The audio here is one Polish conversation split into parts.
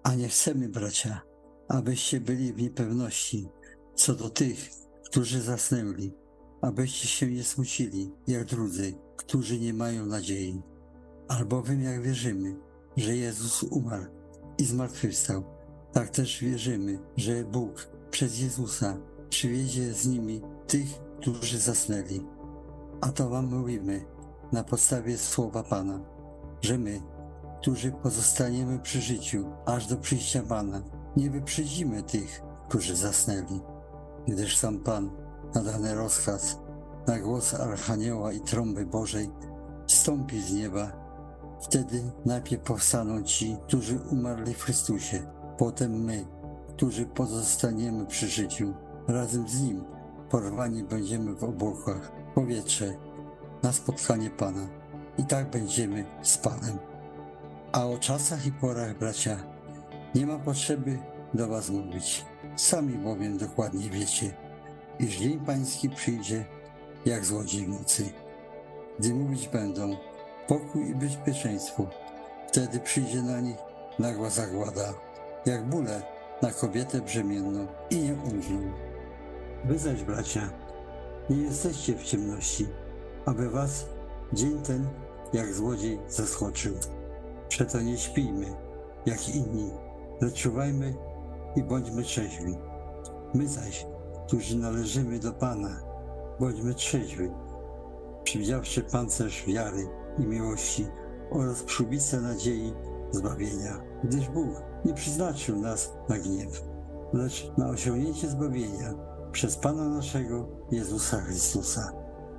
A nie chcemy, bracia, abyście byli w niepewności co do tych, którzy zasnęli, abyście się nie smucili, jak drudzy, którzy nie mają nadziei. Albowiem jak wierzymy, że Jezus umarł i zmartwychwstał, tak też wierzymy, że Bóg przez Jezusa przywiezie z nimi tych, którzy zasnęli. A to wam mówimy na podstawie słowa Pana, że my, którzy pozostaniemy przy życiu aż do przyjścia Pana, nie wyprzedzimy tych, którzy zasnęli. Gdyż sam Pan na dany rozkaz, na głos Archanioła i trąby Bożej wstąpi z nieba. Wtedy najpierw powstaną ci, którzy umarli w Chrystusie, potem my, którzy pozostaniemy przy życiu. Razem z Nim porwani będziemy w obłokach, w powietrze, na spotkanie Pana. I tak będziemy z Panem. A o czasach i porach, bracia, nie ma potrzeby do was mówić. Sami bowiem dokładnie wiecie, iż dzień Pański przyjdzie jak złodziej w nocy. Gdy mówić będą pokój i bezpieczeństwo, wtedy przyjdzie na nich nagła zagłada, jak bóle na kobietę brzemienną i nie umrą. Wy zaś, bracia, nie jesteście w ciemności, aby was dzień ten jak złodziej zaskoczył. Przeto nie śpijmy, jak inni, lecz czuwajmy i bądźmy trzeźwi. My zaś, którzy należymy do Pana, bądźmy trzeźwi, przywdziawszy pancerz wiary i miłości oraz przyłbicę nadziei zbawienia, gdyż Bóg nie przeznaczył nas na gniew, lecz na osiągnięcie zbawienia przez Pana naszego Jezusa Chrystusa.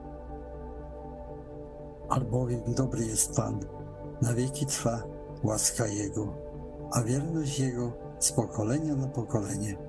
Albowiem dobry jest Pan, na wieki trwa łaska Jego, a wierność Jego z pokolenia na pokolenie.